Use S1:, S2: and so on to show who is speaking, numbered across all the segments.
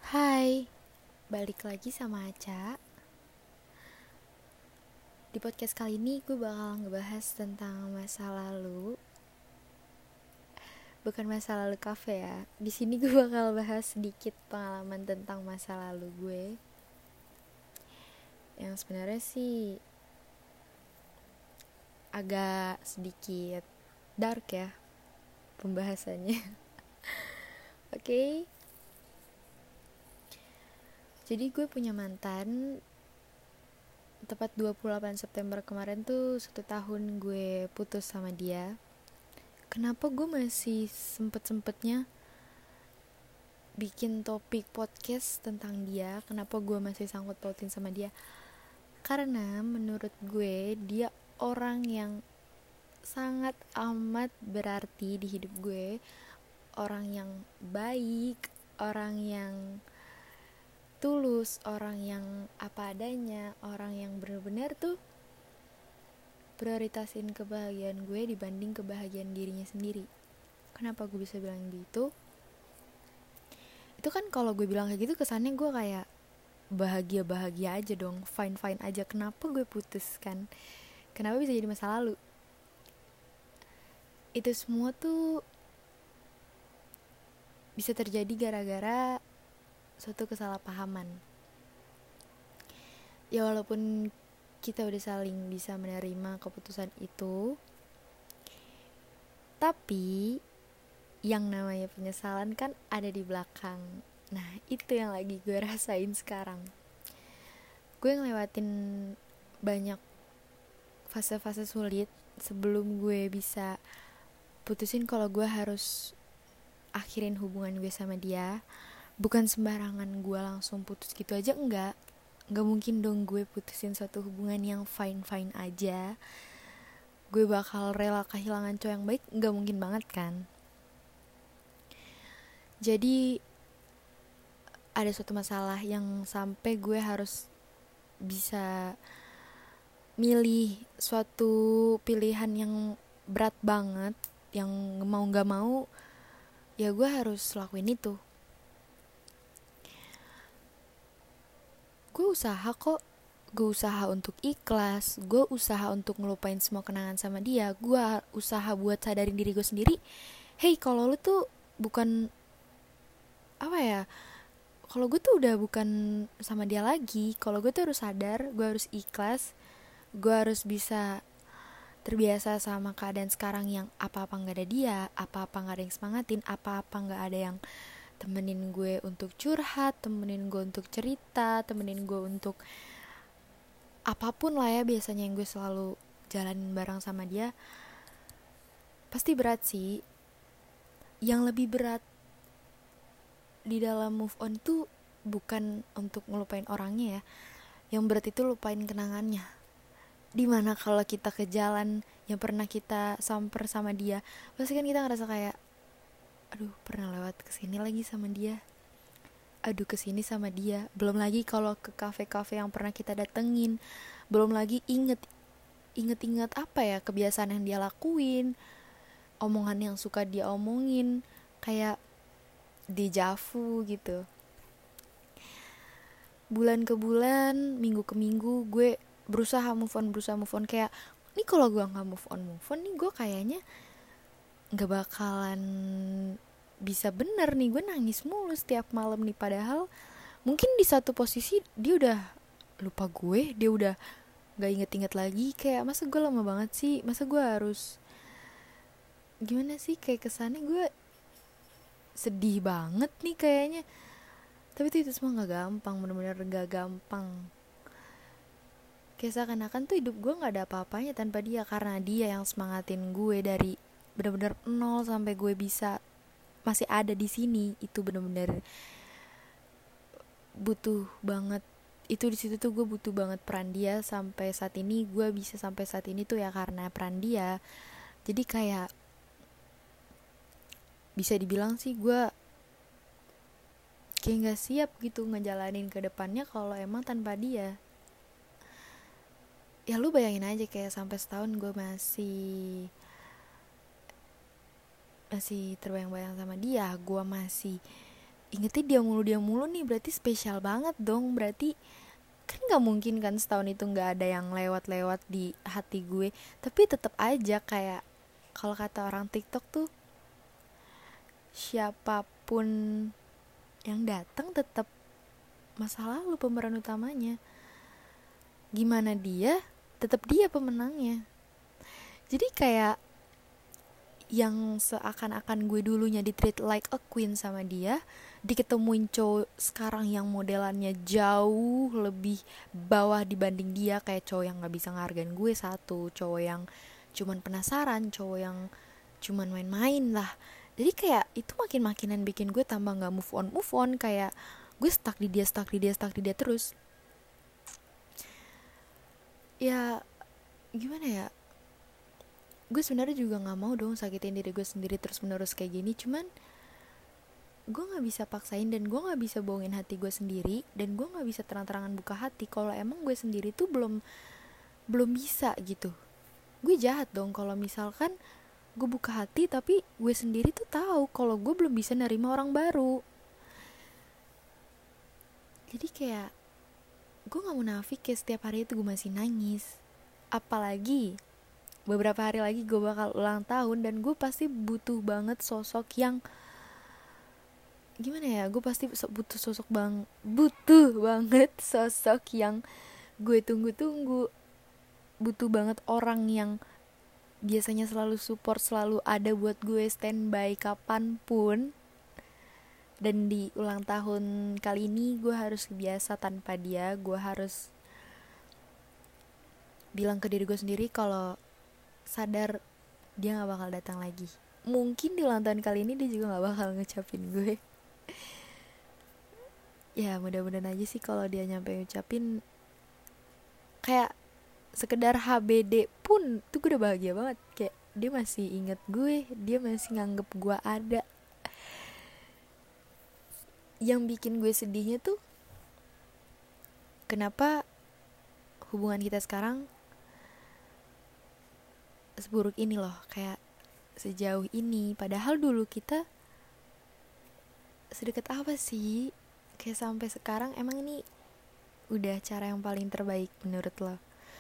S1: Hai, balik lagi sama Aca. Di podcast kali ini gue bakal ngebahas tentang masa lalu. Bukan masa lalu kafe ya. Di sini gue bakal bahas sedikit pengalaman tentang masa lalu gue. Yang sebenarnya sih agak sedikit dark ya pembahasannya. Oke. Jadi gue punya mantan. Tepat 28 September kemarin tuh 1 tahun gue putus sama dia. Kenapa gue masih sempet-sempetnya bikin topik podcast tentang dia? Kenapa gue masih sangkut pautin sama dia? Karena menurut gue dia orang yang sangat amat berarti di hidup gue. Orang yang baik, orang yang tulus, orang yang apa adanya, orang yang benar-benar tuh prioritasin kebahagiaan gue dibanding kebahagiaan dirinya sendiri. Kenapa gue bisa bilang gitu? Itu kan kalau gue bilang kayak gitu kesannya gue kayak bahagia-bahagia aja dong, fine-fine aja. Kenapa gue putus kan? Kenapa bisa jadi masa lalu? Itu semua tuh bisa terjadi gara-gara suatu kesalahpahaman. Ya walaupun kita udah saling bisa menerima keputusan itu, tapi yang namanya penyesalan kan ada di belakang. Nah itu yang lagi gue rasain sekarang. Gue ngelewatin banyak fase-fase sulit sebelum gue bisa putusin kalau gue harus akhirin hubungan gue sama dia. Bukan sembarangan gue langsung putus gitu aja, enggak mungkin dong gue putusin suatu hubungan yang fine-fine aja. Gue bakal rela kehilangan cowok yang baik, enggak mungkin banget kan. Jadi ada suatu masalah yang sampai gue harus bisa milih suatu pilihan yang berat banget, yang mau gak mau ya gue harus lakuin itu. Gue usaha untuk ikhlas, gue usaha untuk ngelupain semua kenangan sama dia, gue usaha buat sadarin diri gue sendiri, hey kalau lu tuh bukan apa ya, kalau gue tuh udah bukan sama dia lagi, kalau gue tuh harus sadar, gue harus ikhlas, gue harus bisa terbiasa sama keadaan sekarang yang apa-apa gak ada dia, apa-apa gak ada yang semangatin, apa-apa gak ada yang temenin gue untuk curhat, temenin gue untuk cerita, temenin gue untuk apapun lah ya biasanya yang gue selalu jalanin bareng sama dia. Pasti berat sih. Yang lebih berat di dalam move on tuh bukan untuk ngelupain orangnya ya. Yang berat itu lupain kenangannya. Dimana kalau kita ke jalan yang pernah kita samper sama dia, pasti kan kita ngerasa kayak aduh pernah lewat kesini lagi sama dia, aduh kesini sama dia. Belum lagi kalau ke kafe-kafe yang pernah kita datengin, belum lagi inget apa ya kebiasaan yang dia lakuin, omongan yang suka dia omongin, kayak deja vu gitu. Bulan ke bulan, minggu ke minggu gue berusaha move on kayak ini kalau gue nggak move on nih gue kayaknya nggak bakalan bisa bener nih, gue nangis mulu setiap malam nih. Padahal mungkin di satu posisi dia udah lupa gue, dia udah nggak inget-inget lagi. Kayak masa gue lama banget sih, masa gue harus gimana sih, kayak kesannya gue sedih banget nih kayaknya. Tapi itu semua gak gampang, bener-bener gak gampang. Kayak seakan-akan tuh hidup gue gak ada apa-apanya tanpa dia, karena dia yang semangatin gue dari bener-bener nol sampai gue bisa masih ada di sini. Itu bener-bener butuh banget. Itu di situ tuh gue butuh banget peran dia. Sampai saat ini gue bisa sampai saat ini tuh ya karena peran dia. Jadi kayak bisa dibilang sih gue kayak gak siap gitu ngejalanin ke depannya kalau emang tanpa dia. Ya lu bayangin aja kayak sampai setahun gue masih terbayang-bayang sama dia, gue masih ingetnya dia mulu nih, berarti spesial banget dong. Berarti kan nggak mungkin kan setahun itu nggak ada yang lewat-lewat di hati gue. Tapi tetap aja kayak, kalau kata orang TikTok tuh, siapapun yang datang tetap masa lalu pemeran utamanya. Gimana dia, tetap dia pemenangnya. Jadi kayak yang seakan-akan gue dulunya di treat like a queen sama dia, diketemuin cowok sekarang yang modelannya jauh lebih bawah dibanding dia, kayak cowok yang nggak bisa ngehargain gue, satu cowok yang cuman penasaran, cowok yang cuman main-main lah. Jadi kayak itu makin-makinan bikin gue tambah nggak move on, kayak gue stuck di dia terus. Ya gimana ya, gue sebenarnya juga nggak mau dong sakitin diri gue sendiri terus menerus kayak gini. Cuman gue nggak bisa paksain, dan gue nggak bisa bohongin hati gue sendiri, dan gue nggak bisa terang-terangan buka hati kalau emang gue sendiri tuh belum bisa gitu. Gue jahat dong kalau misalkan gue buka hati tapi gue sendiri tuh tahu kalau gue belum bisa nerima orang baru. Jadi kayak gue nggak munafik, kayak setiap hari itu gue masih nangis. Apalagi beberapa hari lagi gue bakal ulang tahun, dan gue pasti butuh banget sosok yang gimana ya, gue pasti butuh banget sosok yang gue tunggu-tunggu. Butuh banget orang yang biasanya selalu support, selalu ada buat gue, standby kapanpun. Dan di ulang tahun kali ini gue harus biasa tanpa dia. Gue harus bilang ke diri gue sendiri kalau sadar dia gak bakal datang lagi. Mungkin di ulang tahun kali ini dia juga gak bakal ngucapin gue. Ya mudah-mudahan aja sih kalau dia nyampe ngucapin, kayak sekedar HBD pun tuh gue udah bahagia banget. Kayak dia masih inget gue, dia masih nganggep gue ada. Yang bikin gue sedihnya tuh, kenapa hubungan kita sekarang seburuk ini loh, kayak sejauh ini. Padahal dulu kita sedekat apa sih? Kayak sampai sekarang, emang ini udah cara yang paling terbaik menurut lo?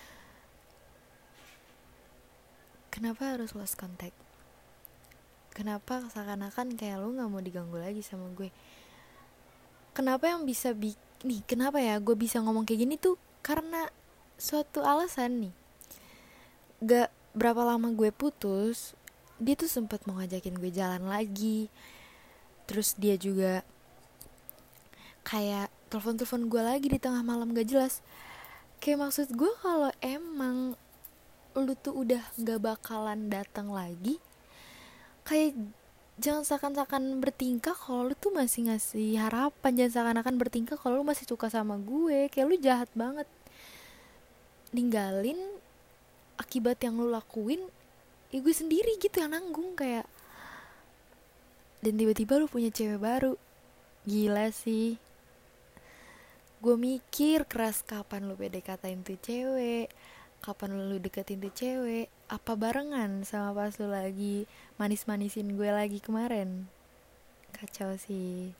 S1: Kenapa harus lost contact? Kenapa seakan-akan kayak lo gak mau diganggu lagi sama gue? Kenapa yang bisa nih, kenapa ya gue bisa ngomong kayak gini tuh karena suatu alasan nih. Gak berapa lama gue putus, dia tuh sempet mau ngajakin gue jalan lagi. Terus dia juga kayak telepon gue lagi di tengah malam gak jelas. Kayak maksud gue, kalau emang lu tuh udah gak bakalan datang lagi, kayak jangan seakan-akan bertingkah kalau lu tuh masih ngasih harapan. Jangan seakan-akan bertingkah kalau lu masih suka sama gue. Kayak lu jahat banget ninggalin akibat yang lu lakuin. Ya gue sendiri gitu yang nanggung kayak. Dan tiba-tiba lu punya cewek baru. Gila sih. Gue mikir keras, kapan lu PDKT-in tuh cewek, kapan lu deketin tuh cewek. Apa barengan sama pas lu lagi manis-manisin gue lagi kemarin? Kacau sih.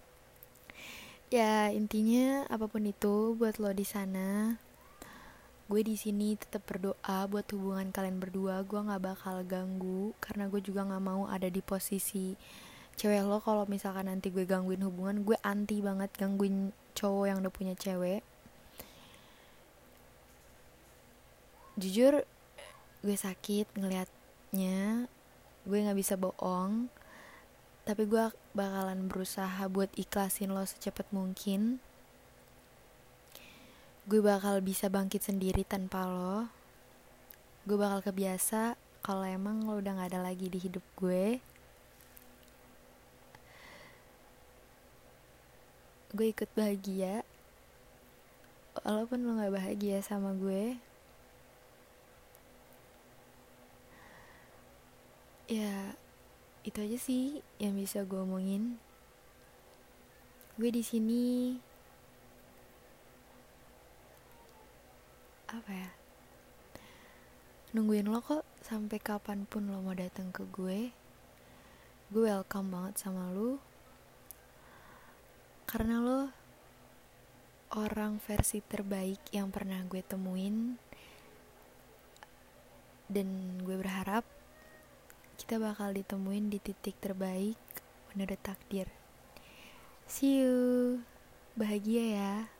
S1: Ya intinya apapun itu buat lo di sana, gue di sini tetap berdoa buat hubungan kalian berdua. Gue nggak bakal ganggu karena gue juga nggak mau ada di posisi cewek lo. Kalau misalkan nanti gue gangguin hubungan, gue anti banget gangguin cowok yang udah punya cewek. Jujur gue sakit ngelihatnya, gue nggak bisa bohong. Tapi gue bakalan berusaha buat ikhlasin lo secepat mungkin. Gue bakal bisa bangkit sendiri tanpa lo. Gue bakal kebiasa kalau emang lo udah gak ada lagi di hidup gue. Gue ikut bahagia walaupun lo gak bahagia sama gue. Ya itu aja sih yang bisa gue omongin. Gue di sini apa ya, nungguin lo kok. Sampai kapanpun lo mau datang ke gue welcome banget sama lo. karena lo orang versi terbaik yang pernah gue temuin, dan gue berharap kita bakal ditemuin di titik terbaik menurut takdir. See you, bahagia ya.